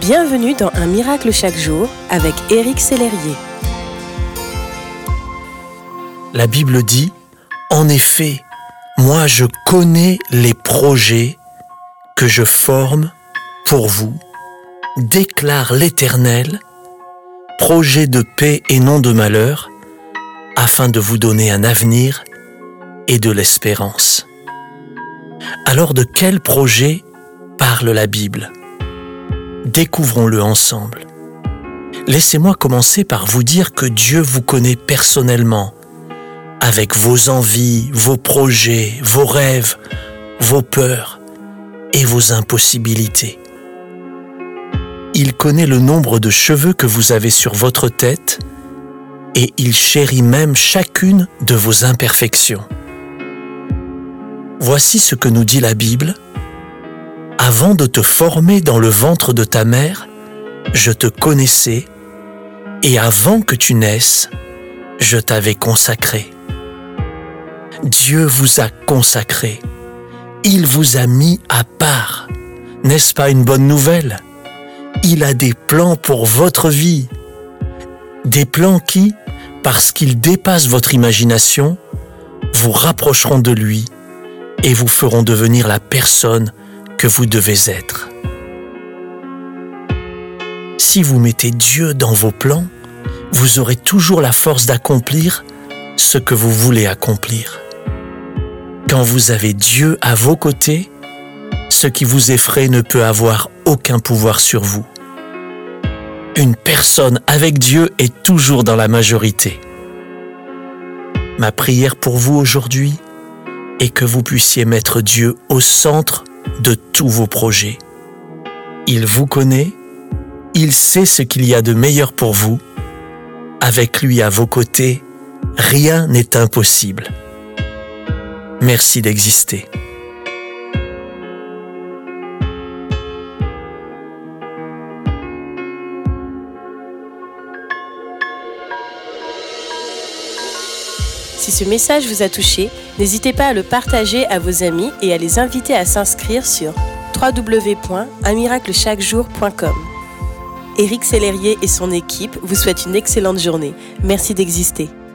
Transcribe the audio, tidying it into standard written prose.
Bienvenue dans Un miracle chaque jour avec Éric Sellerier. La Bible dit, en effet, moi je connais les projets que je forme pour vous, déclare l'Éternel, projets de paix et non de malheur, afin de vous donner un avenir et de l'espérance. Alors de quel projet parle la Bible ? Découvrons-le ensemble. Laissez-moi commencer par vous dire que Dieu vous connaît personnellement, avec vos envies, vos projets, vos rêves, vos peurs et vos impossibilités. Il connaît le nombre de cheveux que vous avez sur votre tête et il chérit même chacune de vos imperfections. Voici ce que nous dit la Bible. Avant de te former dans le ventre de ta mère, je te connaissais, et avant que tu naisses, je t'avais consacré. Dieu vous a consacré. Il vous a mis à part. N'est-ce pas une bonne nouvelle ? Il a des plans pour votre vie. Des plans qui, parce qu'ils dépassent votre imagination, vous rapprocheront de lui et vous feront devenir la personne que vous devez être. Si vous mettez Dieu dans vos plans, vous aurez toujours la force d'accomplir ce que vous voulez accomplir. Quand vous avez Dieu à vos côtés, ce qui vous effraie ne peut avoir aucun pouvoir sur vous. Une personne avec Dieu est toujours dans la majorité. Ma prière pour vous aujourd'hui est que vous puissiez mettre Dieu au centre de tous vos projets. Il vous connaît, il sait ce qu'il y a de meilleur pour vous. Avec lui à vos côtés, rien n'est impossible. Merci d'exister. Si ce message vous a touché, n'hésitez pas à le partager à vos amis et à les inviter à s'inscrire sur www.unmiraclechaquejour.com. Éric Sellerier et son équipe vous souhaitent une excellente journée. Merci d'exister.